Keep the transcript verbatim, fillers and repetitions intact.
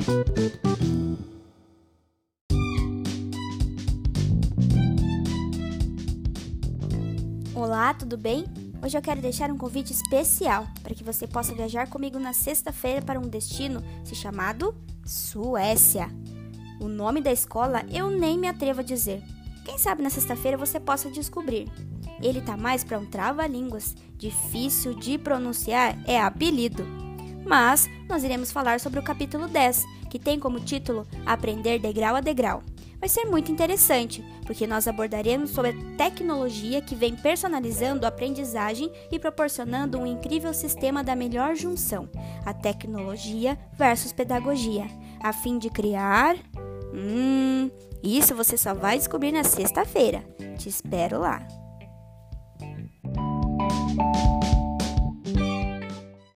Olá, tudo bem? Hoje eu quero deixar um convite especial para que você possa viajar comigo na sexta-feira para um destino se chamado Suécia. O nome da escola eu nem me atrevo a dizer. Quem sabe na sexta-feira você possa descobrir. Ele tá mais para um trava-línguas, difícil de pronunciar é apelido. Mas nós iremos falar sobre o capítulo dez, que tem como título Aprender degrau a degrau. Vai ser muito interessante, porque nós abordaremos sobre a tecnologia que vem personalizando a aprendizagem e proporcionando um incrível sistema da melhor junção, a tecnologia versus pedagogia, a fim de criar... Hum, isso você só vai descobrir na sexta-feira. Te espero lá!